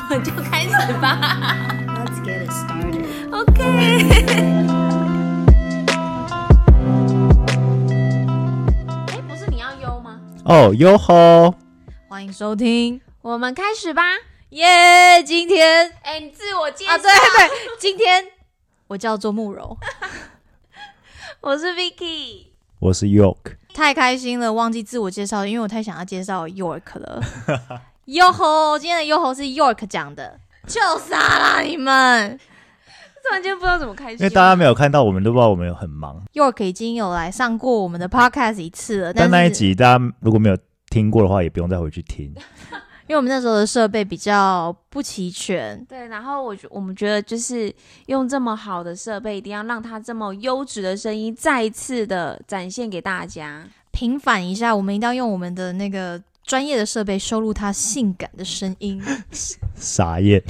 们就开始吧。 Let's get it started. OK 不是你要悠吗？ 哦，哟吼！ 欢迎收听， 我们开始吧。 耶！今天你自我介绍。 对对，今天我叫做慕柔， 我是 Vicky。 我是 York。 太开心了，忘记自我介绍，因为我太想要介绍 York 了。哟吼！今天的哟吼是 York 讲的，就傻啦你们！ 突然间不知道怎么开始， 因为大家没有看到，我们都不知道我们有很忙。 York 已经有来上过我们的 podcast 一次了， 但那一集大家如果没有听过的话，也不用再回去听。 因为我们那时候的设备比较不齐全， 对，然后我们觉得就是用这么好的设备，一定要让它这么优质的声音再一次的展现给大家， 平反一下，我们一定要用我们的那个专业的设备收录它性感的声音。 傻眼。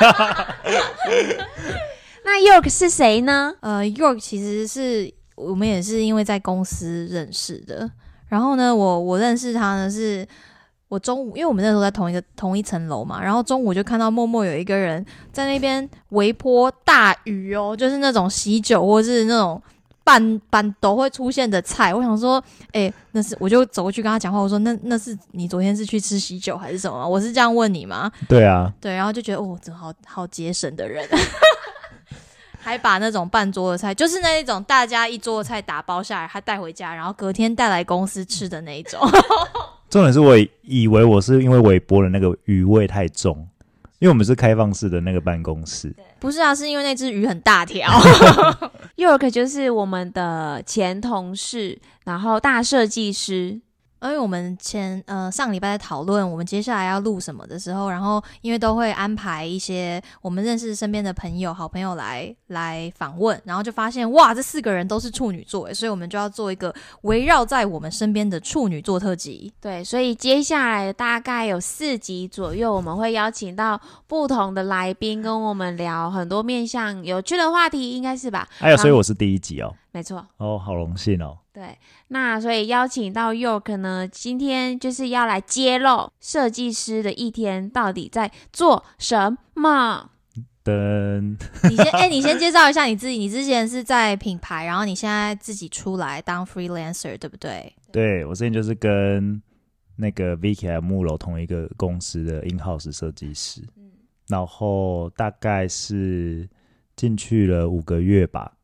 那 York 是谁呢 ？York 其实是我们也是因为在公司认识的，然后呢，我认识他呢是。我中午，因为我们那时候在同一层楼嘛，然后中午就看到默默有一个人在那边微波大鱼哦，就是那种喜酒或是那种板豆会出现的菜。我想说，那是，我就走过去跟他讲话，我说那是你昨天是去吃喜酒还是什么？我是这样问你吗？ 对啊， 对，然后就觉得真好节省的人。还把那种半桌的菜，就是那一种大家一桌的菜打包下来，他带回家，然后隔天带来公司吃的那一种。 重点是我以为我是因为微波的那个鱼味太重，因为我们是开放式的那个办公室。 不是啊，是因为那只鱼很大条。 York 就是我们的前同事，然后大设计师。 因为我们上礼拜在讨论我们接下来要录什么的时候，然后因为都会安排一些我们认识身边的朋友、好朋友来访问，然后就发现哇，这4个人都是处女座，所以我们就要做一个围绕在我们身边的处女座特辑。 对，所以接下来大概有4集左右，我们会邀请到不同的来宾跟我们聊很多面向有趣的话题，应该是吧？ 所以我是第一集哦。 没错。 好荣幸哦。 对，那所以邀请到 York 呢，今天就是要来揭露设计师的一天到底在做什么。 噔， 你先介绍一下你自己。你之前是在品牌，然后你现在自己出来当 freelancer， 对不对？ 对，我之前就是跟那个 Vicky 还有慕柔同一个公司的 in-house 设计师，然后大概是进去了5个月吧。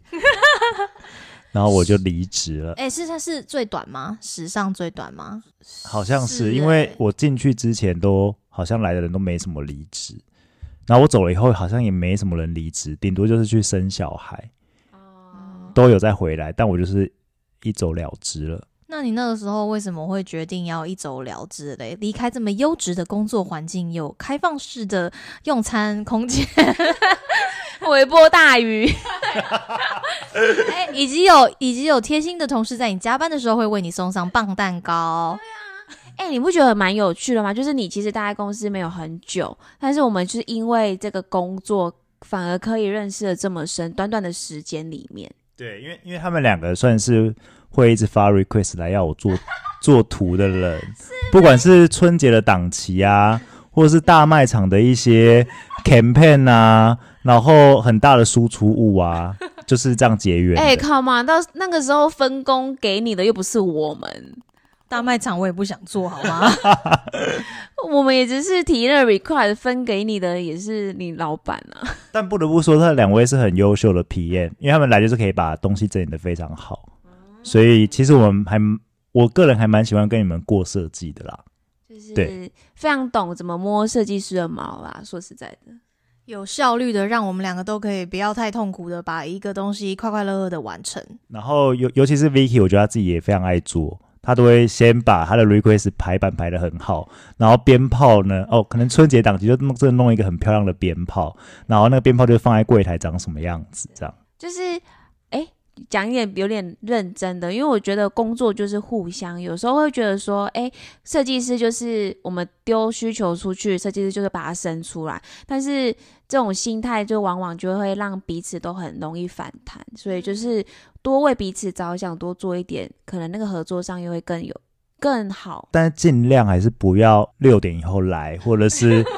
然后我就离职了。 它是最短吗？史上最短吗？ 好像是，因为我进去之前都好像来的人都没什么离职，然后我走了以后好像也没什么人离职，顶多就是去生小孩，都有再回来，但我就是一走了之了。 那你那个时候为什么会决定要一走了之嘞？离开这么优质的工作环境，有开放式的用餐空间， 微波大鱼， 以及有贴心的同事在你加班的时候会为你送上棒蛋糕。 对啊，你不觉得蛮有趣的吗？就是你其实待在公司没有很久，但是我们就是因为这个工作反而可以认识的这么深，短短的时间里面。 对，因为他们2个算是会一直发 request 来要我做图的人，不管是春节的档期啊，或者是大卖场的一些 campaign 啊，然后很大的输出物啊，就是这样结缘的。 come on，到那个时候分工给你的又不是我们。 大卖场我也不想做，好吗？ 我们也只是提了 request， 分给你的也是你老板啊。 但不得不说，他2位是很优秀的 PM， 因为他们来就是可以把东西整理得非常好，所以其实我个人还蛮喜欢跟你们过设计的啦， 就是非常懂怎么摸设计师的毛啦。说实在的， 有效率的让我们2个都可以不要太痛苦的把一个东西快快乐乐的完成。 然后尤其是 Vicky， 我觉得他自己也非常爱做。他都会先把他的 request 排版排得很好，然后鞭炮呢，可能春节档期就真的弄一个很漂亮的鞭炮，然后那个鞭炮就放在柜台长什么样子，这样。 就是讲一点有点认真的，因为我觉得工作就是互相，有时候会觉得说，设计师就是我们丢需求出去，设计师就是把它生出来，但是这种心态就往往就会让彼此都很容易反弹，所以就是多为彼此着想，多做一点，可能那个合作上又会更好。 但是尽量还是不要6点以后来，或者是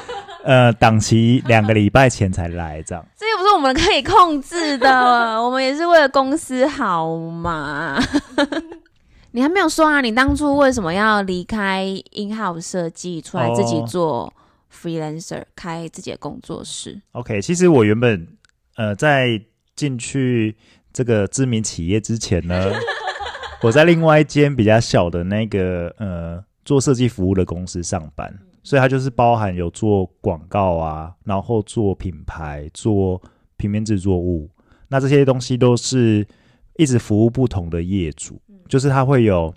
档期2个礼拜前才来这样。 这又不是我们可以控制的，我们也是为了公司好嘛。你还没有说啊，你当初为什么要离开 in-house 设计，出来自己做 freelancer， 开自己的工作室？ OK， 其实我原本在进去这个知名企业之前呢，我在另外一间比较小的那个做设计服务的公司上班，所以它就是包含有做广告啊，然后做品牌，做平面制作物，那这些东西都是一直服务不同的业主，就是它会有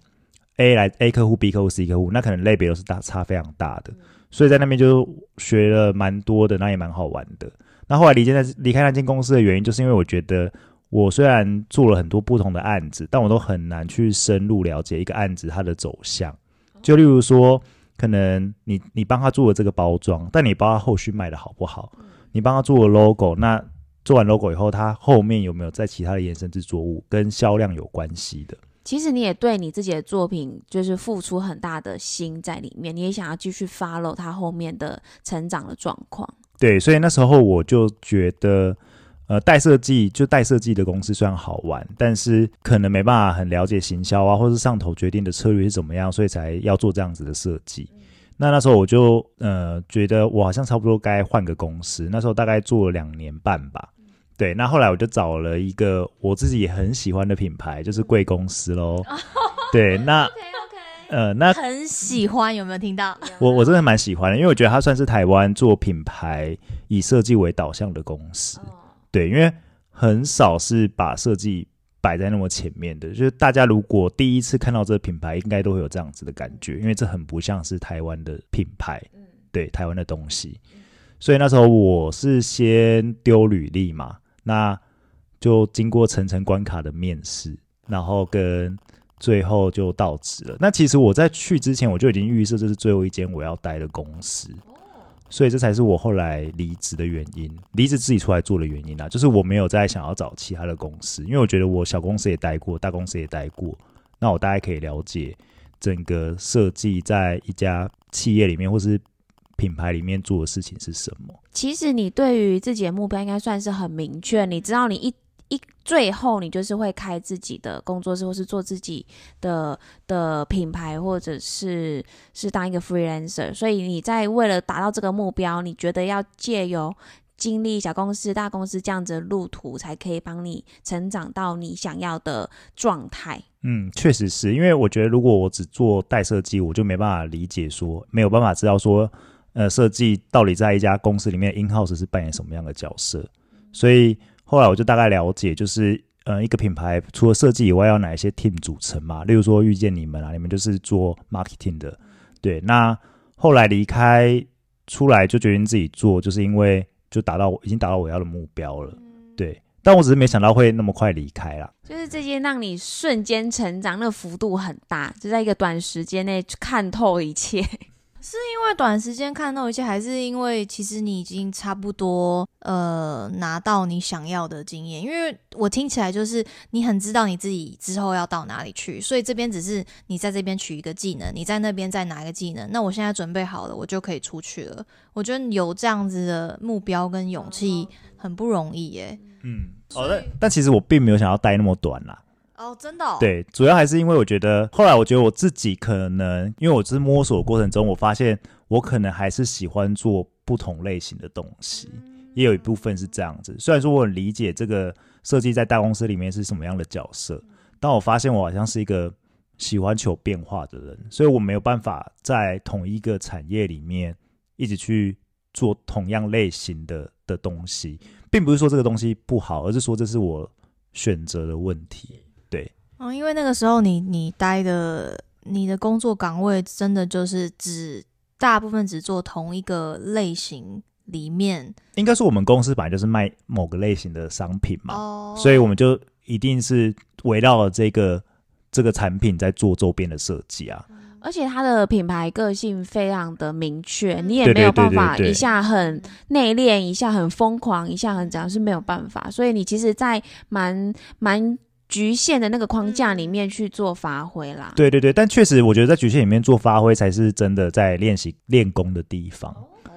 A 客户 B 客户 C 客户，那可能类别都是差非常大的，所以在那边就学了蛮多的，那也蛮好玩的。那后来离开那间公司的原因，就是因为我觉得我虽然做了很多不同的案子，但我都很难去深入了解一个案子它的走向。就例如说，可能你帮他做了这个包装，但你不知道他后续卖的好不好。你帮他做了 logo， 那做完 logo 以后，他后面有没有在其他的衍生制作物跟销量有关系的？ 其实你也对你自己的作品就是付出很大的心在里面，你也想要继续 follow 它后面的成长的状况。 对，所以那时候我就觉得带设计的公司虽然好玩，但是可能没办法很了解行销啊，或是上头决定的策略是怎么样，所以才要做这样子的设计。那时候我就觉得我好像差不多该换个公司，那时候大概做了2年半吧。对，那后来我就找了一个我自己也很喜欢的品牌，就是贵公司咯。对，那那很喜欢，有没有听到？ 我真的蛮喜欢的，因为我觉得它算是台湾做品牌以设计为导向的公司。对，因为很少是把设计摆在那么前面的，就是大家如果第一次看到这个品牌，应该都会有这样子的感觉，因为这很不像是台湾的品牌，对，台湾的东西。所以那时候我是先丢履历嘛，那就经过层层关卡的面试，然后跟最后就到职了。那其实我在去之前我就已经预设这是最后一间我要待的公司，所以这才是我后来离职的原因，离职自己出来做的原因啦。就是我没有再想要找其他的公司，因为我觉得我小公司也待过，大公司也待过，那我大概可以了解整个设计在一家企业里面或是品牌里面做的事情是什么。 其实你对于自己的目标应该算是很明确，你知道你最后你就是会开自己的工作室，或是做自己的品牌，或者是当一个 freelancer， 所以你在为了达到这个目标，你觉得要借由经历小公司大公司这样子的路途，才可以帮你成长到你想要的状态。 确实是，因为我觉得如果我只做代设计，我就没办法理解说，没有办法知道说设计到底在一家公司里面 in-house 是扮演什么样的角色。所以后来我就大概了解，就是一个品牌除了设计以外要哪一些 team 组成嘛，例如说遇见你们啊，你们就是做 marketing 的。对，那后来离开出来就决定自己做，就是因为就已经达到我要的目标了。对，但我只是没想到会那么快离开啦。 就是这些让你瞬间成长，那个幅度很大，就在一个短时间内看透一切。 是因为短时间看到一切，还是因为其实你已经差不多拿到你想要的经验？因为我听起来就是你很知道你自己之后要到哪里去，所以这边只是你在这边取一个技能，你在那边再拿一个技能，那我现在准备好了，我就可以出去了。我觉得有这样子的目标跟勇气很不容易耶。 但其实我并没有想要待那么短啦。 真的哦？ 对，主要还是因为我觉得后来我觉得我自己可能因为我是摸索的过程中，我发现我可能还是喜欢做不同类型的东西，也有一部分是这样子。虽然说我很理解这个设计在大公司里面是什么样的角色，但我发现我好像是一个喜欢求变化的人，所以我没有办法在同一个产业里面一直去做同样类型的东西，并不是说这个东西不好，而是说这是我选择的问题。对， 因为那个时候你待的你的工作岗位真的就是大部分只做同一个类型里面， 应该说我们公司本来就是卖某个类型的商品嘛，所以我们就一定是围绕了这个产品在做周边的设计啊。 而且它的品牌个性非常的明确，你也没有办法一下很内敛，一下很疯狂，一下很怎样，是没有办法。所以你其实在蛮局限的那个框架里面去做发挥啦。 对，但确实我觉得在局限里面做发挥才是真的在练功的地方。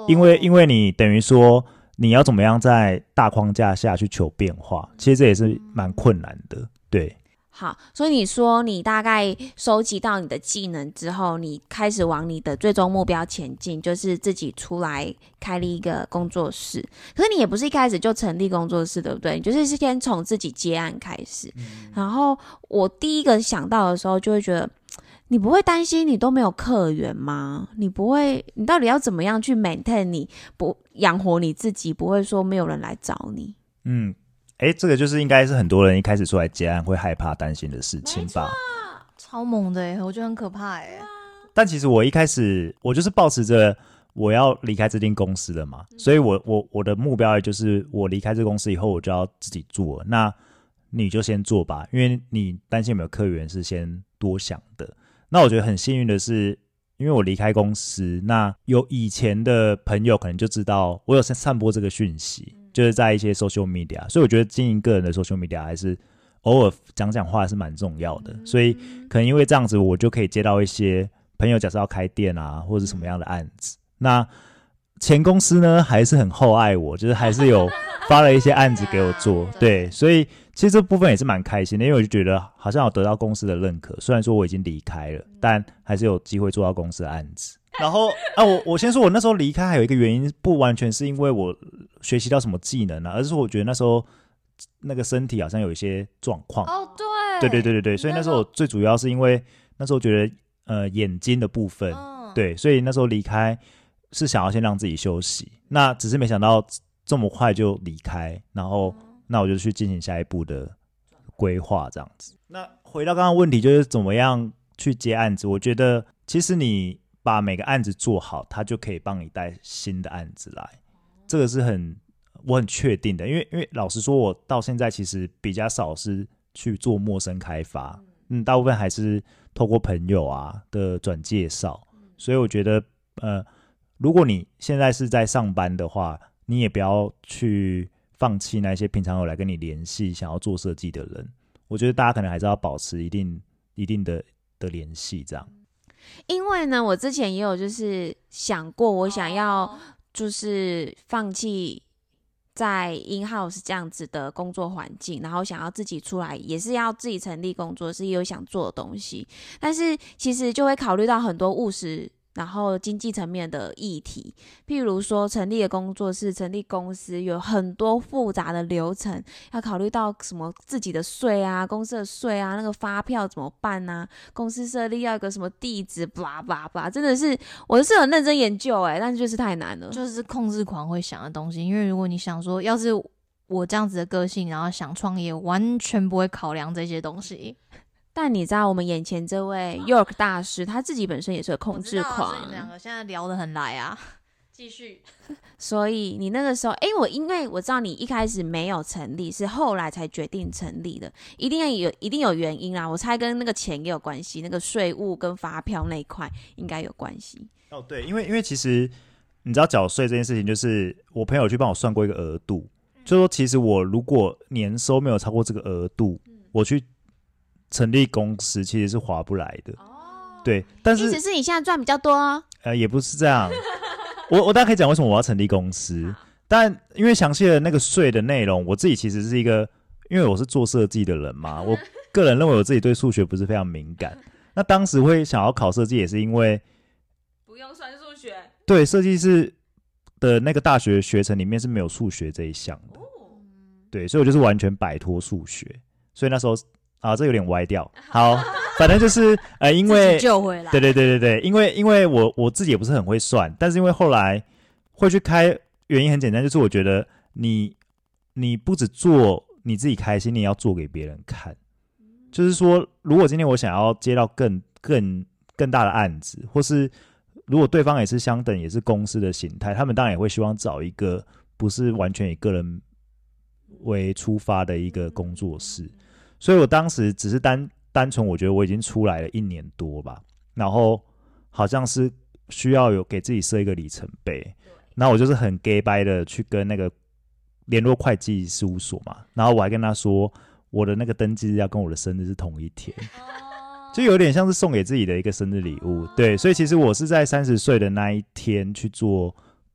因为你等于说你要怎么样在大框架下去求变化，其实这也是蛮困难的。对， 好，所以你说你大概收集到你的技能之后，你开始往你的最终目标前进，就是自己出来开立一个工作室。可是你也不是一开始就成立工作室，对不对？你就是先从自己接案开始。然后我第一个想到的时候，就会觉得你不会担心你都没有客源吗？你不会，你到底要怎么样去 maintain 你不养活你自己，不会说没有人来找你？ 这个就是应该是很多人一开始出来接案会害怕担心的事情吧。 超猛的耶，我觉得很可怕耶。 但其实我一开始我就是抱持着我要离开这间公司了嘛，所以我的目标也就是我离开这公司以后我就要自己做了，那你就先做吧，因为你担心有没有客源是先多想的。那我觉得很幸运的是，因为我离开公司，那有以前的朋友可能就知道我有散播这个讯息，就是在一些 social media， 所以我觉得经营个人的 social media 还是偶尔讲话是蛮重要的，所以可能因为这样子我就可以接到一些朋友假设要开店啊或者什么样的案子。那前公司呢还是很厚爱我，就是还是有发了一些案子给我做对，所以其实这部分也是蛮开心的，因为我就觉得好像有得到公司的认可，虽然说我已经离开了，但还是有机会做到公司的案子。然后我先说我那时候离开还有一个原因，不完全是因为我学习到什么技能啊，而是说我觉得那时候那个身体好像有一些状况。对，所以那时候我最主要是因为那时候觉得眼睛的部分，对，所以那时候离开是想要先让自己休息，那只是没想到这么快就离开，然后那我就去进行下一步的规划这样子。那回到刚刚问题，就是怎么样去接案子，我觉得其实你把每个案子做好，它就可以帮你带新的案子来，这个是我很确定的，因为老实说我到现在其实比较少是去做陌生开发，大部分还是透过朋友啊的转介绍，所以我觉得如果你现在是在上班的话，你也不要去放弃那些平常有来跟你联系想要做设计的人，我觉得大家可能还是要保持一定的联系这样。 因为呢我之前也有就是想过我想要就是放弃在 in-house 这样子的工作环境，然后想要自己出来，也是要自己成立工作室，也有想做的东西，但是其实就会考虑到很多务实然后经济层面的议题，譬如说成立的工作室、成立公司有很多复杂的流程，要考虑到什么自己的税啊、公司的税啊、那个发票怎么办啊，公司设立要一个什么地址，blah blah blah，真的是我是很认真研究但是就是太难了， 就是控制狂会想的东西。因为如果你想说，要是我这样子的个性，然后想创业，完全不会考量这些东西。 但你知道我们眼前这位 York 大师他自己本身也是个控制狂， 我们两个现在聊得很来啊，继续。 所以你那个时候因为我知道你一开始没有成立，是后来才决定成立的，一定有原因啦，我猜跟那个钱也有关系，那个税务跟发票那一块应该有关系。 对，因为其实你知道缴税这件事情，就是我朋友去帮我算过一个额度，就说其实我如果年收没有超过这个额度，我去成立公司其实是划不来的。对，但是意思是你现在赚比较多也不是这样。我大概可以讲为什么我要成立公司，但因为详细的那个税的内容，我自己其实是一个，因为我是做设计的人嘛，我个人认为我自己对数学不是非常敏感。那当时会想要考设计，也是因为不用算数学。对， 设计师的那个大学学程里面是没有数学这一项的。对，所以我就是完全摆脱数学，所以那时候这有点歪掉。好，反正就是因为自己救回来。 对，因为我自己也不是很会算，但是因为后来会去开，原因很简单，就是我觉得你不只做你自己开心，你也要做给别人看。就是说，如果今天我想要接到更大的案子，或是如果对方也是相等，也是公司的形态，他们当然也会希望找一个不是完全以个人为出发的一个工作室。所以我当时只是单纯我觉得我已经出来了1年多吧，然后好像是需要有给自己设一个里程碑，然后我就是很 gay 掰的去跟那个联络会计事务所嘛，然后我还跟他说我的那个登记日要跟我的生日是同一天，就有点像是送给自己的一个生日礼物。对，所以其实我是在30岁的那一天去做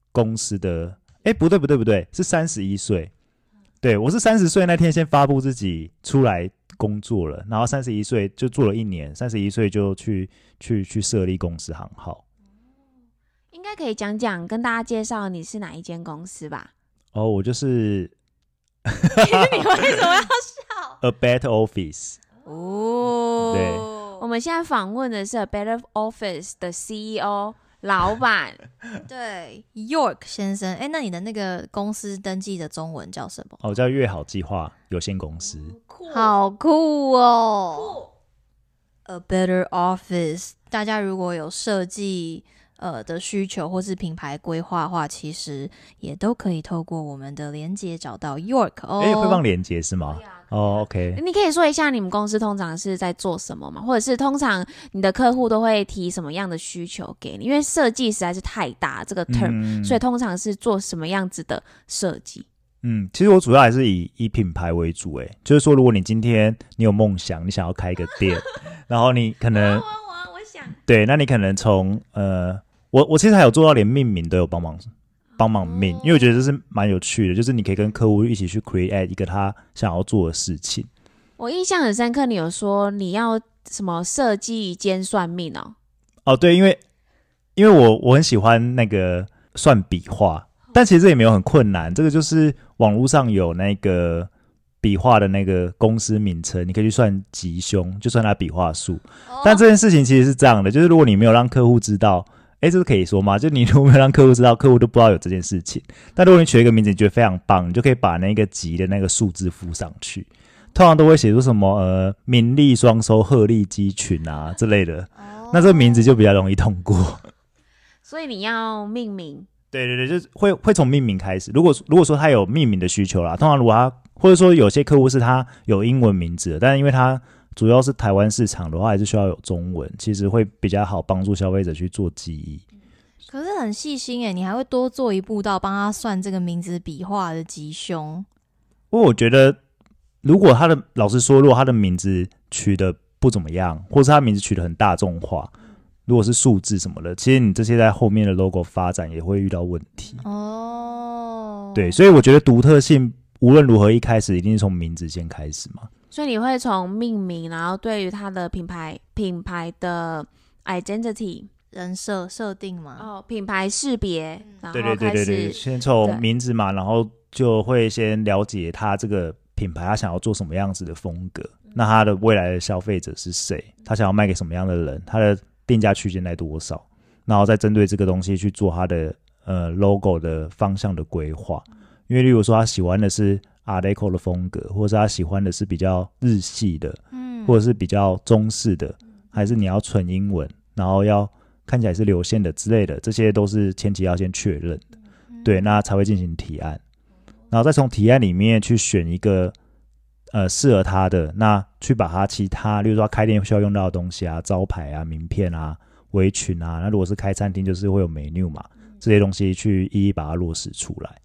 公司的，不对，是31岁。对，我是30岁那天先发布自己出来工作了，然后31岁就做了1年，31岁就去设立公司行号。 应该可以讲讲，跟大家介绍你是哪一间公司吧？ 我就是你为什么要笑 A Better Office。 哦， 对， 我们现在访问的是 A Better Office 的 CEO 老板。 对 York 先生，那你的那个公司登记的中文叫什么？ 叫悦好计划有限公司。 好酷哦 ！A Better Office， 大家如果有设计的需求或是品牌规划的话，其实也都可以透过我们的连结找到 York 哦。 会放连结是吗？OK。 你可以说一下你们公司通常是在做什么吗？或者是通常你的客户都会提什么样的需求给你？因为设计实在是太大这个 term，所以通常是做什么样子的设计？ 其实我主要还是以品牌为主，就是说，如果你今天你有梦想，你想要开一个店，然后你可能我想对，那你可能从我其实还有做到连命名都有帮忙命，因为我觉得这是蛮有趣的，就是你可以跟客户一起去 create 一个他想要做的事情。 我印象很深刻，你有说你要什么设计兼算命对，因为我很喜欢那个算笔画，但其实这也没有很困难，这个就是网络上有那个笔画的那个公司名称，你可以去算吉凶，就算它笔画数。但这件事情其实是这样的，就是如果你没有让客户知道，这是可以说吗？就你如果没有让客户知道，客户都不知道有这件事情。但如果你取一个名字，你觉得非常棒，你就可以把那个吉的那个数字附上去。通常都会写出什么名利双收、鹤立鸡群啊之类的，那这个名字就比较容易通过。 所以你要命名。 对，就是会从命名开始。如果说他有命名的需求啦，通常如果他或者说有些客户是他有英文名字的，但是因为他主要是台湾市场的话，还是需要有中文，其实会比较好帮助消费者去做记忆。 可是很细心你还会多做一步到帮他算这个名字笔画的吉凶。 不过我觉得，老实说，如果他的名字取得不怎么样，或是他名字取得很大众化，如果是数字什么的，其实你这些在后面的 logo 发展也会遇到问题。对，所以我觉得独特性无论如何一开始一定是从名字先开始嘛。 所以你会从命名，然后对于它的品牌的 identity 人设定嘛， 品牌识别，然后对，先从名字嘛，然后就会先了解他这个品牌他想要做什么样子的风格，那他的未来的消费者是谁，他想要卖给什么样的人，他的定价区间在多少，然后再针对这个东西去做他的logo 的方向的规划。因为例如说他喜欢的是 Art Deco 的风格，或者是他喜欢的是比较日系的，或者是比较中式的，还是你要纯英文，然后要看起来是流线的之类的，这些都是前期要先确认的。对，那才会进行提案，然后再从提案里面去选一个适合他的，那去把他其他例如说开店需要用到的东西啊，招牌啊、名片啊、围裙啊，那如果是开餐厅就是会有 menu 嘛，这些东西去一一把它落实出来。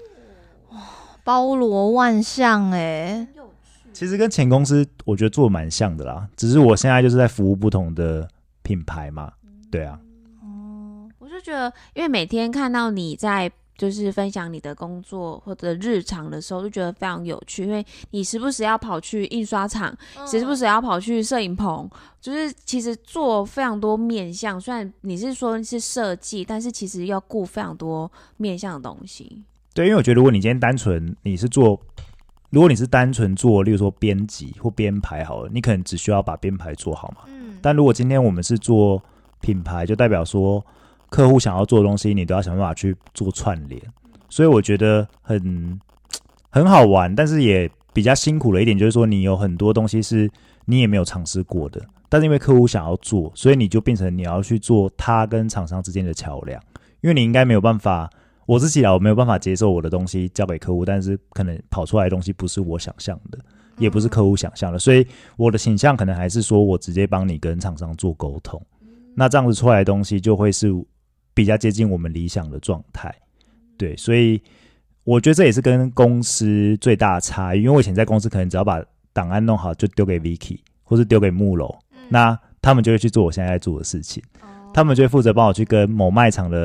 包罗万象其实跟前公司我觉得做得蛮像的啦，只是我现在就是在服务不同的品牌嘛。对啊。 我就觉得因为每天看到你在就是分享你的工作或者日常的时候，就觉得非常有趣，因为你时不时要跑去印刷厂，时不时要跑去摄影棚，就是其实做非常多面向，虽然你是说是设计，但是其实要顾非常多面向的东西。 对，因为我觉得如果你今天单纯做例如说编辑或编排好了，你可能只需要把编排做好嘛。但如果今天我们是做品牌，就代表说客户想要做的东西你都要想办法去做串联，所以我觉得很好玩，但是也比较辛苦的一点就是说你有很多东西是你也没有尝试过的，但是因为客户想要做，所以你就变成你要去做他跟厂商之间的桥梁。因为你应该没有办法，我自己我没有办法接受我的东西交给客户，但是可能跑出来的东西不是我想象的，也不是客户想象的，所以我的倾向可能还是说我直接帮你跟厂商做沟通，那这样子出来的东西就会是比较接近我们理想的状态。对，所以我觉得这也是跟公司最大的差异，因为我以前在公司可能只要把档案弄好就丢给 Vicky 或是丢给木楼，那他们就会去做我现在在做的事情，他们就会负责帮我去跟某卖场的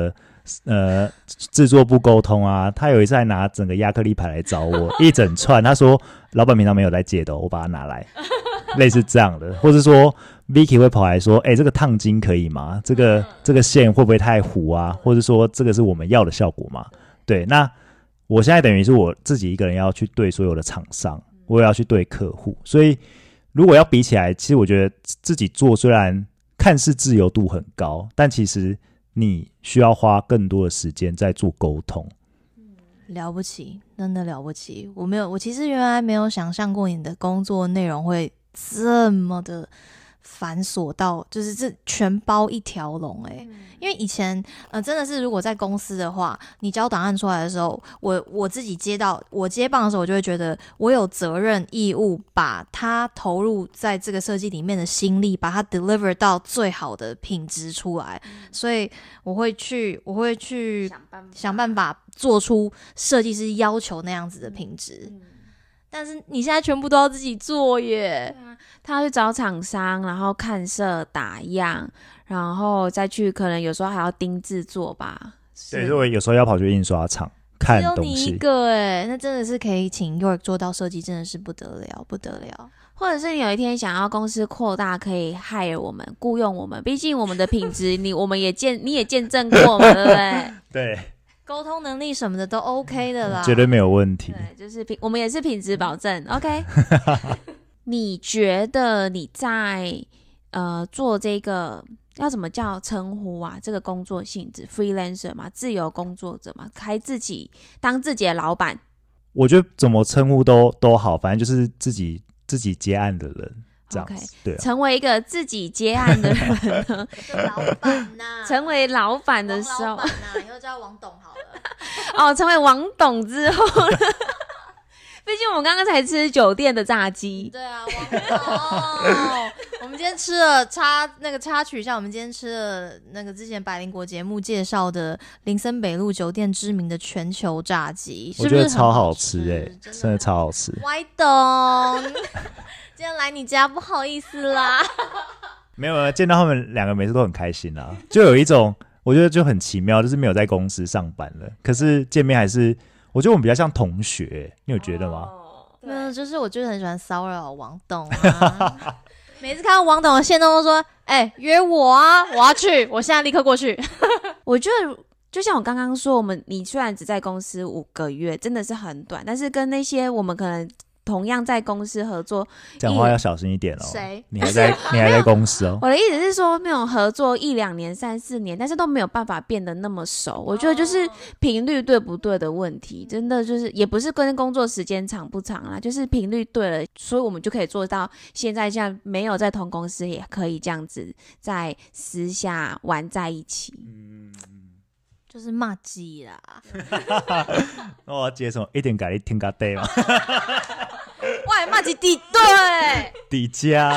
制作部沟通啊，他有一次还拿整个亚克力牌来找我一整串，他说老板平常没有在借的，我把它拿来，类似这样的，或是说 Vicky 会跑来说，这个烫金可以吗？这个线会不会太糊啊？或者说这个是我们要的效果吗？对，那我现在等于是我自己一个人要去对所有的厂商，我也要去对客户，所以如果要比起来，其实我觉得自己做虽然看似自由度很高，但其实你需要花更多的时间在做沟通。 了不起，真的了不起！我其实原来没有想象过你的工作内容会这么的繁琐到，就是这全包一条龙因为以前真的是如果在公司的话，你交档案出来的时候，我自己接棒的时候，我就会觉得我有责任义务把它投入在这个设计里面的心力，把它 deliver 到最好的品质出来，所以我会去想办法做出设计师要求那样子的品质。但是你现在全部都要自己做耶， 他要去找厂商，然后看色打样，然后再去可能有时候还要盯制作吧。 对，所以我有时候要跑去印刷厂看东西。 只有你一个那真的是可以请 York 做到设计，真的是不得了不得了。 或者是你有一天想要公司扩大，可以 hire 我们，雇佣我们，毕竟我们的品质你也见证过嘛，对不对？ 对。 沟通能力什么的都 OK 的啦， 绝对没有问题。 对，就是我们也是品质保证 OK 你觉得你在做这个要怎么叫称呼啊？这个工作性质 freelancer 嘛，自由工作者嘛，当自己的老板， 我觉得怎么称呼都好，反正就是自己接案的人这样子。Okay. 对、 成为一个自己接案的人呢老板呐， 成为老板的时候， 王老板呐，以后叫王董好了。 成为王董之后呢？毕竟我们刚刚才吃酒店的炸鸡。 对啊，王董，我们今天吃了插曲一下，我们今天吃了那个之前百灵果节目介绍的林森北路酒店知名的全球炸鸡， 我觉得超好吃真的超好吃。 歪董，今天来你家不好意思啦。 没有见到他们两个每次都很开心啦，就有一种我觉得就很奇妙，就是没有在公司上班了，可是见面还是我觉得我们比较像同学，你有觉得吗？ 没有，就是我就是很喜欢骚扰王董啊。每次看到王董的线动都说约我啊，我要去，我现在立刻过去。 我觉得就像我刚刚说，你虽然只在公司5个月，真的是很短，但是跟那些我们可能同样在公司合作， 讲话要小心一点哦。 谁？ 你还在公司哦？ 我的意思是说，那种合作1、2年、3、4年，但是都没有办法变得那么熟。我觉得就是频率对不对的问题，真的就是也不是跟工作时间长不长啦，就是频率对了，所以我们就可以做到现在这样，没有在同公司也可以这样子在私下玩在一起。 就是骂鸡啦。 那我要接什么？一点改你听个对吗？ 喂，骂鸡敌对， 底加。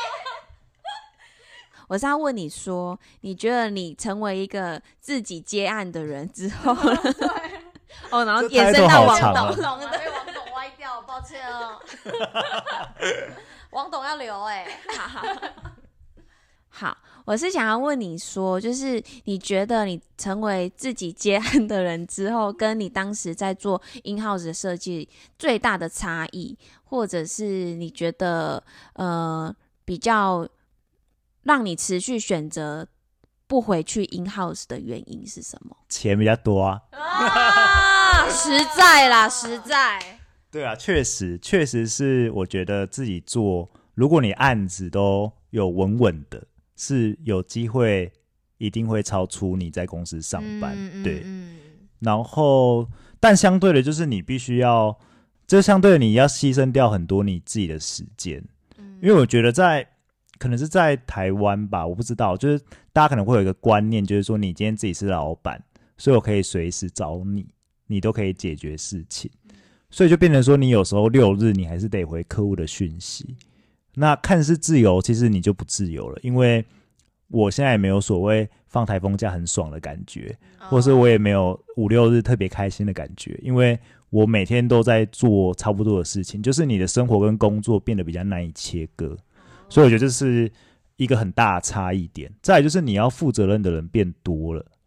我是要问你说，你觉得你成为一个自己接案的人之后然后延伸到王董， 被王董歪掉，抱歉哦。王董要留好，我是想要问你说，就是你觉得你成为自己接案的人之后，跟你当时在做 in-house 的设计最大的差异，或者是你觉得比较让你持续选择不回去 in-house 的原因是什么？ 钱比较多啊。 实在啦，实在。 对啊，确实是我觉得自己做，如果你案子都有稳的，是有机会一定会超出你在公司上班。对。然后但相对的就是你必须要，这相对的你要牺牲掉很多你自己的时间。因为我觉得可能是在台湾吧，我不知道，就是大家可能会有一个观念，就是说你今天自己是老板，所以我可以随时找你都可以解决事情，所以就变成说你有时候6日你还是得回客户的讯息。那看似自由，其实你就不自由了，因为我现在也没有所谓放台风假很爽的感觉，或是我也没有5、6日特别开心的感觉，因为我每天都在做差不多的事情，就是你的生活跟工作变得比较难以切割。所以我觉得这是一个很大的差异点。再来就是你要负责任的人变多了，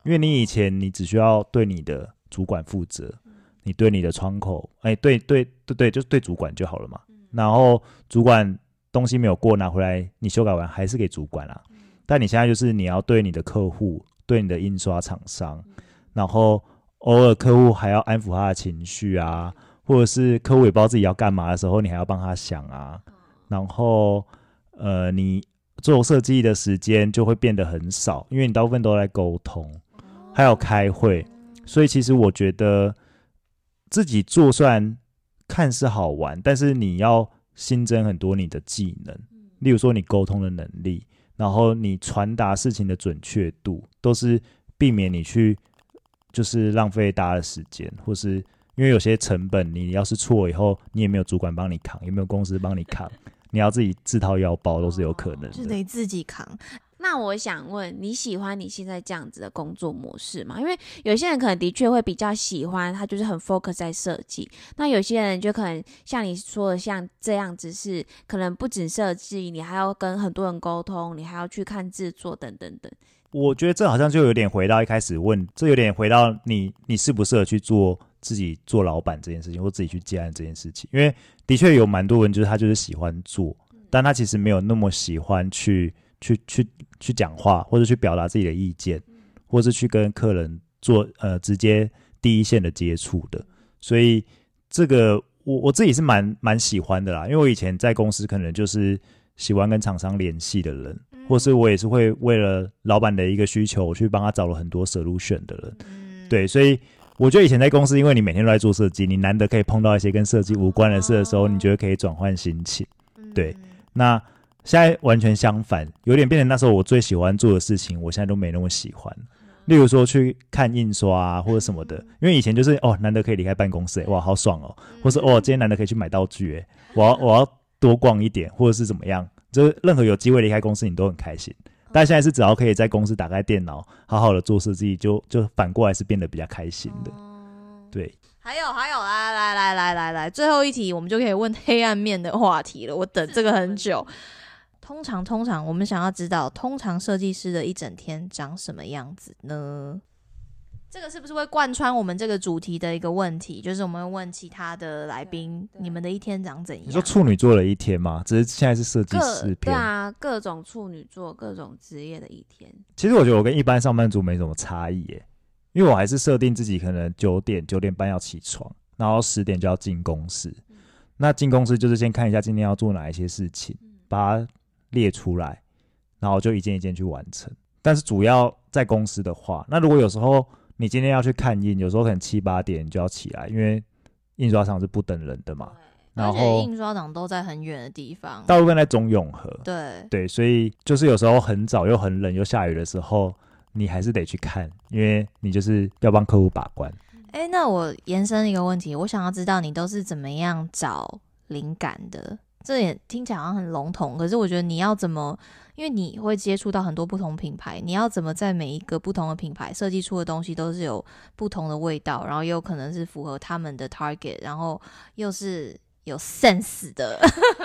因为你以前你只需要对你的主管负责，你对你的窗口，对，就是对主管就好了嘛。然后主管东西没有过拿回来，你修改完还是给主管啊。但你现在就是你要对你的客户，对你的印刷厂商，然后偶尔客户还要安抚他的情绪啊，或者是客户也不知道自己要干嘛的时候，你还要帮他想啊。然后你做设计的时间就会变得很少，因为你大部分都在沟通，还有开会。所以其实我觉得自己做虽然看似好玩，但是你要新增很多你的技能，例如说你沟通的能力，然后你传达事情的准确度，都是避免你去就是浪费大家的时间，或是因为有些成本你要是错以后，你也没有主管帮你扛，也没有公司帮你扛，你要自己自掏腰包都是有可能的， 就得自己扛。 那我想问，你喜欢你现在这样子的工作模式吗？因为有些人可能的确会比较喜欢，他就是很 focus 在设计。那有些人就可能像你说的，像这样子是可能不止设计，你还要跟很多人沟通，你还要去看制作等等等。 我觉得这好像就有点回到一开始问，这有点回到你适不适合去做自己做老板这件事情，或自己去接案这件事情。因为的确有蛮多人就是他就是喜欢做，但他其实没有那么喜欢去讲话，或者去表达自己的意见，或是去跟客人做直接第一线的接触的。所以这个我自己是蛮喜欢的啦，因为我以前在公司可能就是喜欢跟厂商联系的人，或是我也是会为了老板的一个需求，我去帮他找了很多 solution 的人。对，所以我觉得以前在公司，因为你每天都在做设计，你难得可以碰到一些跟设计无关的事的时候，你觉得可以转换心情。对，那现在完全相反，有点变成那时候我最喜欢做的事情，我现在都没那么喜欢。例如说去看印刷啊，或者什么的，因为以前就是难得可以离开办公室，哇，好爽哦，或是今天难得可以去买道具，我要多逛一点，或者是怎么样，就是任何有机会离开公司，你都很开心。但现在是只要可以在公司打开电脑，好好的做设计，就反过来是变得比较开心的。对。 还有，来，最后一题我们就可以问黑暗面的话题了。我等这个很久。通常我们想要知道，通常设计师的一整天长什么样子呢？这个是不是会贯穿我们这个主题的一个问题？就是我们会问其他的来宾，你们的一天长怎样？ 你说处女座的一天吗？只是现在是设计师篇。 对啊，各种处女座、各种职业的一天。 其实我觉得我跟一般上班族没什么差异耶，因为我还是设定自己可能9点半要起床，然后10点就要进公司。那进公司就是先看一下今天要做哪一些事情，把它列出来，然后就一件一件去完成。但是主要在公司的话，那如果有时候你今天要去看印，有时候可能7、8点就要起来，因为印刷厂是不等人的嘛。然后而且印刷厂都在很远的地方， 大部分在中永和。 对， 所以就是有时候很早又很冷又下雨的时候，你还是得去看，因为你就是要帮客户把关。 那我延伸一个问题，我想要知道你都是怎么样找灵感的？这也听起来好像很笼统，可是我觉得你要怎么，因为你会接触到很多不同品牌，你要怎么在每一个不同的品牌设计出的东西都是有不同的味道，然后又可能是符合他们的 target， 然后又是有 sense 的。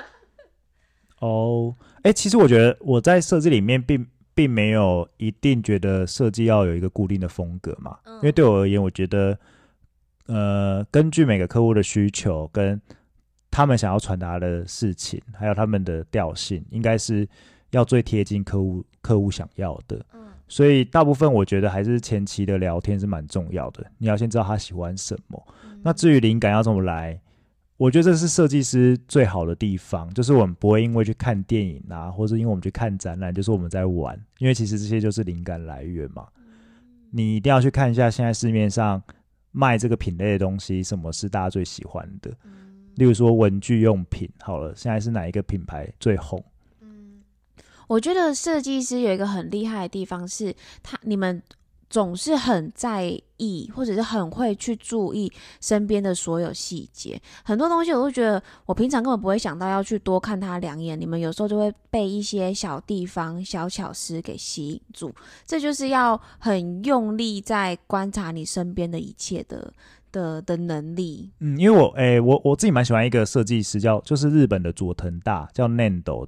其实我觉得我在设计里面并没有一定觉得设计要有一个固定的风格嘛，因为对我而言，我觉得根据每个客户的需求跟他们想要传达的事情，还有他们的调性，应该是要最贴近客户想要的。所以大部分我觉得还是前期的聊天是蛮重要的，你要先知道他喜欢什么。那至于灵感要怎么来，我觉得这是设计师最好的地方，就是我们不会因为去看电影啊，或者因为我们去看展览，就是我们在玩，因为其实这些就是灵感来源嘛。你一定要去看一下现在市面上卖这个品类的东西，什么是大家最喜欢的。例如说文具用品，好了，现在是哪一个品牌最红？ 我觉得设计师有一个很厉害的地方是，你们总是很在意，或者是很会去注意身边的所有细节。很多东西我都觉得我平常根本不会想到要去多看它2眼，你们有时候就会被一些小地方、小巧思给吸引住。这就是要很用力在观察你身边的一切的能力。因为我自己蛮喜欢一个设计师，就是日本的佐藤大，叫 Nendo 的，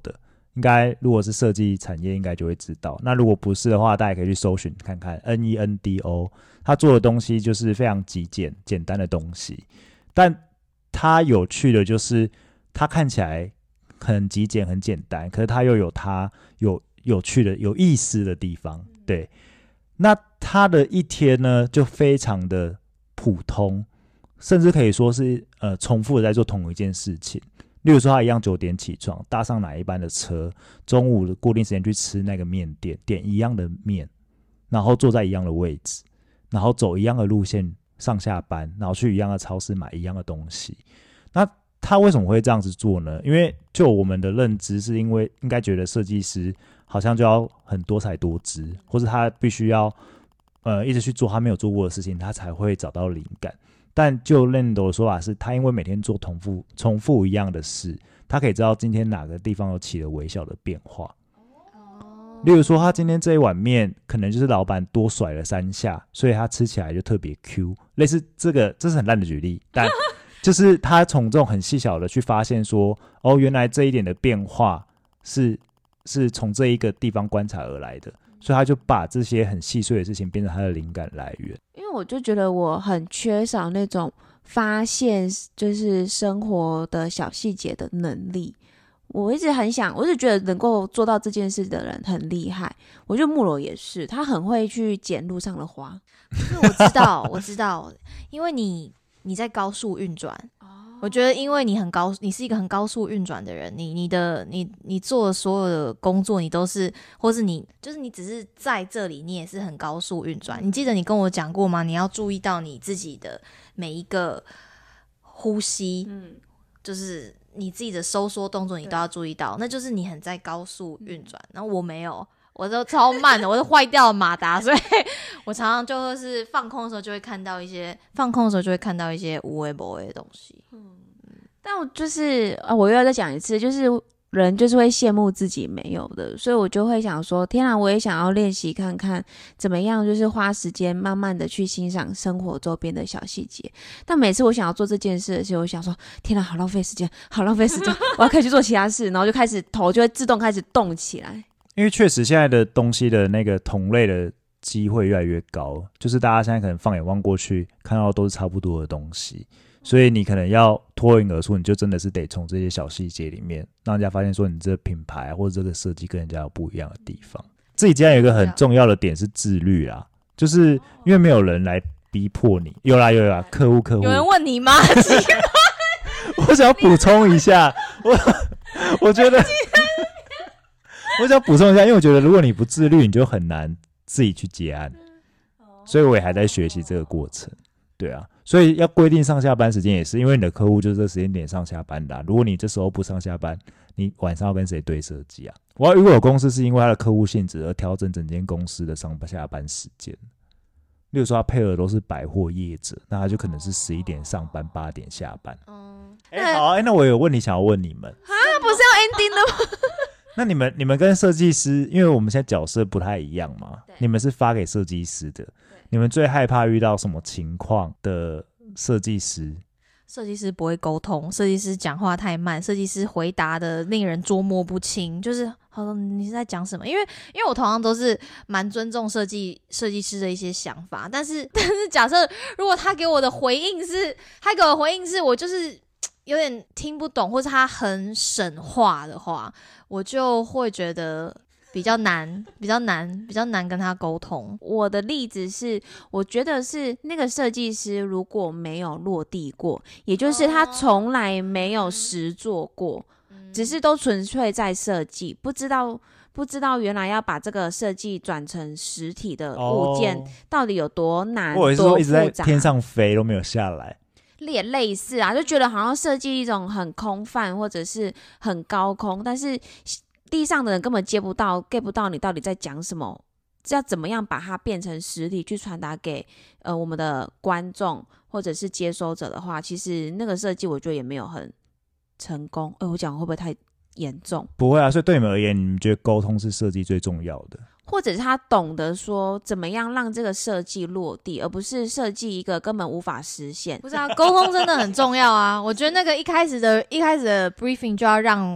应该如果是设计产业，应该就会知道。那如果不是的话，大家可以去搜寻看看 NENDO， 他做的东西就是非常极简单的东西，但他有趣的就是他看起来很极简很简单，可是他又有他有趣的有意思的地方。对，那他的一天呢就非常的普通，甚至可以说是重复的在做同一件事情。例如说他一样9点起床，搭上哪一班的车，中午的固定时间去吃那个面店，点一样的面，然后坐在一样的位置，然后走一样的路线上下班，然后去一样的超市买一样的东西。那他为什么会这样子做呢？因为就我们的认知是因为应该觉得设计师好像就要很多才多姿，或是他必须要一直去做他没有做过的事情，他才会找到灵感。但就 Lando 的说法是，他因为每天做重复一样的事，他可以知道今天哪个地方有起了微小的变化。例如说，他今天这一碗面可能就是老板多甩了3下，所以他吃起来就特别 Q。类似这是很烂的举例，但就是他从这种很细小的去发现说，哦，原来这一点的变化是从这一个地方观察而来的。所以他就把这些很细碎的事情变成他的灵感来源。 因为我就觉得我很缺少那种发现就是生活的小细节的能力。我一直觉得能够做到这件事的人很厉害。我觉得木柔也是，他很会去捡路上的花。 是我知道，因为你在高速运转。我觉得，因为你是一个很高速运转的人，你做的所有的工作，你都是，或是你只是在这里，你也是很高速运转。你记得你跟我讲过吗？你要注意到你自己的每一个呼吸，就是你自己的收缩动作，你都要注意到，那就是你很在高速运转。然后我没有。我都超慢的，我都坏掉了马达，所以我常常就会是放空的时候就会看到一些无微不微的东西。 但我就是我又要再讲一次，就是人就是会羡慕自己没有的，所以我就会想说，天啊，我也想要练习看看怎么样，就是花时间慢慢的去欣赏生活周边的小细节。但每次我想要做这件事的时候，我想说，天啊，好浪费时间，我要可以去做其他事，然后就开始头就会自动开始动起来。 因为确实现在的东西的那个同类的机会越来越高，就是大家现在可能放眼望过去看到都是差不多的东西，所以你可能要脱颖而出，你就真的是得从这些小细节里面让人家发现说你这个品牌或者这个设计跟人家有不一样的地方。自己今天有一个很重要的点是自律啦，就是因为没有人来逼迫你。有啦，客户有人问你吗？ 我想要补充一下，我觉得我想补充一下，因为我觉得如果你不自律，你就很难自己去结案，所以我也还在学习这个过程。对啊，所以要规定上下班时间也是，因为你的客户就是这时间点上下班的啊。如果你这时候不上下班，你晚上要跟谁对设计啊？我要如果有公司是因为他的客户性质而调整整间公司的上下班时间，例如说他配合都是百货业者，那他就可能是11点上班，8点下班。好啊，那我有问题想要问你们啊，不是要 ending 的吗？ 那你们跟设计师，因为我们现在角色不太一样嘛，你们是发给设计师的，你们最害怕遇到什么情况的设计师？ 设计师不会沟通，设计师讲话太慢，设计师回答的令人捉摸不清，就是好，你是在讲什么？因为我通常都是蛮尊重设计师的一些想法，但是假设如果他给我的回应是我就是有点听不懂，或是他很省话的话，我就会觉得比较难跟他沟通。 我的例子是，我觉得是那个设计师如果没有落地过，也就是他从来没有实做过，只是都纯粹在设计，不知道原来要把这个设计转成实体的物件，到底有多难， 我也是说一直在天上飞都没有下来。 也类似啊，就觉得好像设计一种很空泛或者是很高空，但是地上的人根本get不到你到底在讲什么，要怎么样把它变成实体去传达给我们的观众或者是接收者的话，其实那个设计我觉得也没有很成功。我讲会不会太严重？ 不会啊，所以对你们而言，你们觉得沟通是设计最重要的？ 或者是他懂得说怎么样让这个设计落地，而不是设计一个根本无法实现。 不是啊，沟通真的很重要啊！我觉得那个一开始的 briefing 就要让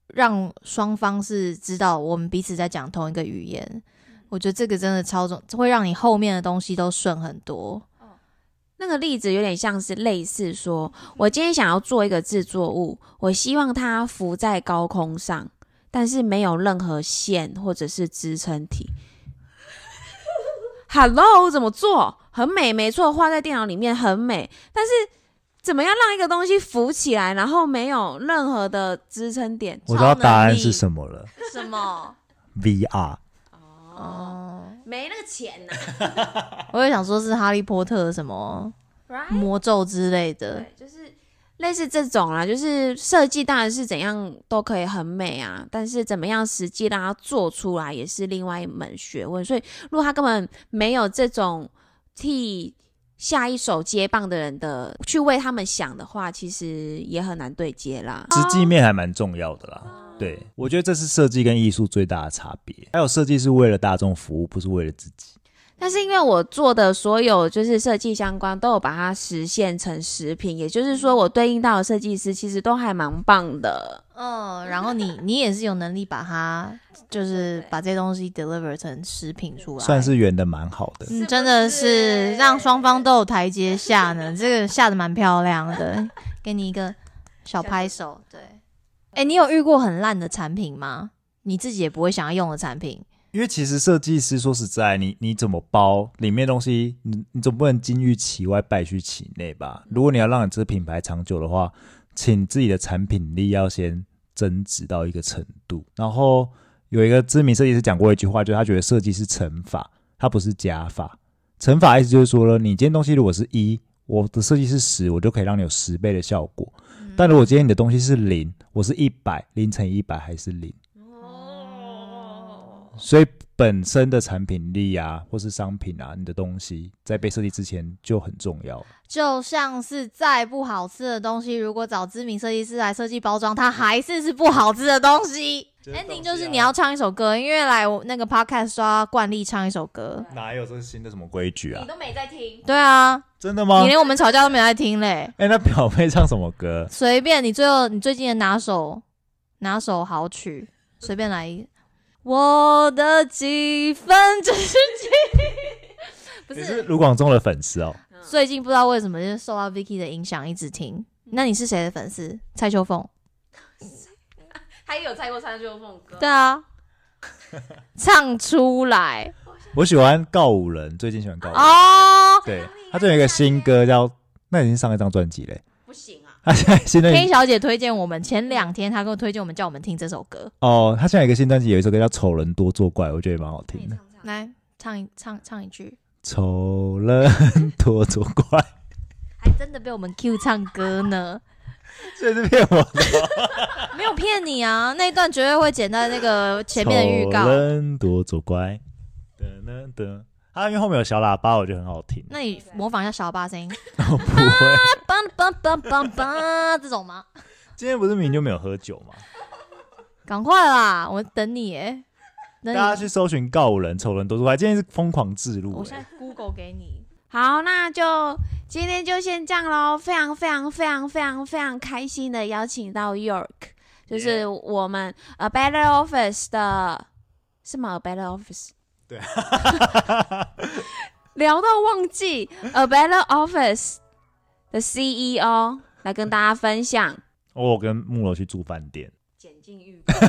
让双方是知道我们彼此在讲同一个语言。我觉得这个真的超重，会让你后面的东西都顺很多。 那个例子有点像是类似说，我今天想要做一个制作物，我希望它浮在高空上，但是没有任何线或者是支撑体。Hello， 怎么做？很美，没错，画在电脑里面很美，但是怎么样让一个东西浮起来，然后没有任何的支撑点？ 我知道答案是什么了。 什么 ？VR。 没那个钱啊。 我也想说是哈利波特什么魔咒之类的， 对，就是类似这种啦。就是设计当然是怎样都可以很美啊，但是怎么样实际让它做出来也是另外一门学问。所以如果他根本没有这种替下一手接棒的人的去为他们想的话，其实也很难对接啦。 实际面还蛮重要的啦。对，我觉得这是设计跟艺术最大的差别。还有设计是为了大众服务，不是为了自己。 但是因为我做的所有就是设计相关都有把它实现成食品，也就是说我对应到的设计师其实都还蛮棒的。 然后你也是有能力把它就是把这些东西 deliver 成食品出来， 算是圆的蛮好的。 真的是让双方都有台阶下呢。这个下的蛮漂亮的，给你一个小拍手。对，你有遇过很烂的产品吗？你自己也不会想要用的产品？ 因为其实设计师说实在，你怎么包里面东西，你总不能金玉其外败絮其内吧？如果你要让你这个品牌长久的话，请自己的产品力要先增值到一个程度。然后有一个知名设计师讲过一句话，就是他觉得设计是乘法，它不是加法。乘法意思就是说了，你今天东西如果是1，我的设计是10，我就可以让你有10倍的效果。但如果今天你的东西是0，我是100，0乘以100还是0。所以本身的产品力啊，或是商品啊，你的东西在被设计之前就很重要。 就像是再不好吃的东西，如果找知名设计师来设计包装，它还是不好吃的东西。ending 就是你要唱一首歌，因为来我那个 podcast 说要惯例唱一首歌。 哪有这是新的什么规矩啊？ 你都没在听。 对啊， 真的吗？ 你连我们吵架都没在听嘞。 那表妹唱什么歌？ 随便你最近的拿手好曲，随便来一个。我的几分之几？不是， 你是卢广仲的粉丝哦。 最近不知道为什么就受到 Vicky 的影响，一直听。那你是谁的粉丝？蔡秋凤。 他也有猜过蔡秋凤歌。 对啊，唱出来。 我喜欢告五人，最近喜欢告五人。 哦， 对，他最近有一个新歌叫，那已经上一张专辑嘞。 不行啊。 他现在新的 K 小姐推荐我们，前2天她给我推荐我们，叫我们听这首歌。 哦，他现在有一个新专辑，有一首歌叫《丑人多作怪》，我觉得蛮好听的。 来唱一句。 丑人多作怪， 还真的被我们 Q 唱歌呢。 这是骗我的。 没有骗你啊，那一段绝对会剪在那个前面的预告。 丑人多作怪，噔噔噔。他因为后面有小喇叭，我觉得很好听。 那你模仿一下小喇叭声音。 我不会。 这种吗？ 今天不是明明就没有喝酒吗？ 赶快啦，我等你耶。 大家去搜寻告人、丑人多作怪，今天是疯狂置入。 我现在 Google 给你。 好，那就今天就先这样咯。非常非常非常非常非常开心的邀请到 York， 就是我们 A Better Office 的，是吗 ？A Better Office。 对。 聊到忘记 A Better Office 的 CEO 来跟大家分享。 我跟木楼去住饭店。 简进预告。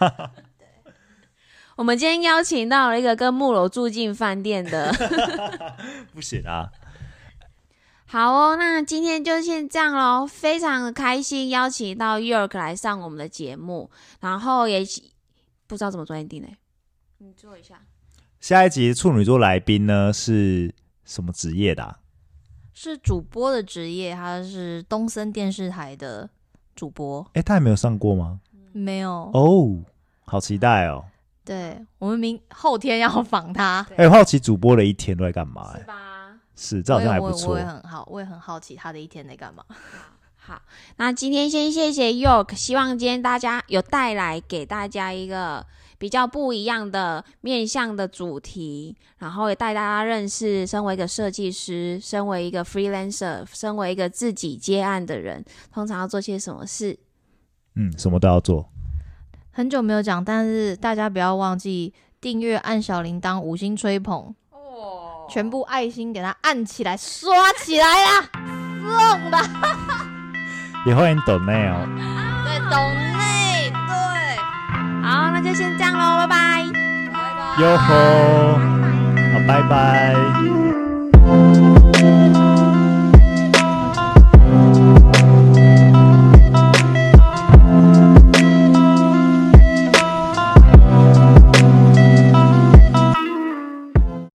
我们今天邀请到了一个跟木楼住进饭店的。 不行啊。 好哦，那今天就先这样咯。非常的开心邀请到 York 来上我们的节目，然后也不知道怎么做 ending 欸，你做一下。 下一集处女座来宾呢是什么职业的啊？ 是主播的职业，他是东森电视台的主播。 他还没有上过吗？ 没有哦，好期待哦。 对，我们后天要访他。 好奇主播的一天都在干嘛？ 是吧？ 是，这好像还不错。 我也很好奇他的一天在干嘛。 好，那今天先谢谢 York， 希望今天大家有带来给大家一个比较不一样的面向的主题，然后也带大家认识身为一个设计师，身为一个 freelancer， 身为一个自己接案的人，通常要做些什么事。 什么都要做。 很久没有讲，但是大家不要忘记订阅、按小铃铛、5星吹捧，全部爱心给它按起来、刷起来啦，送的。 也欢迎donate哦。 对，懂内，对， 好，那就先这样喽，拜拜。 哟吼，好，拜拜。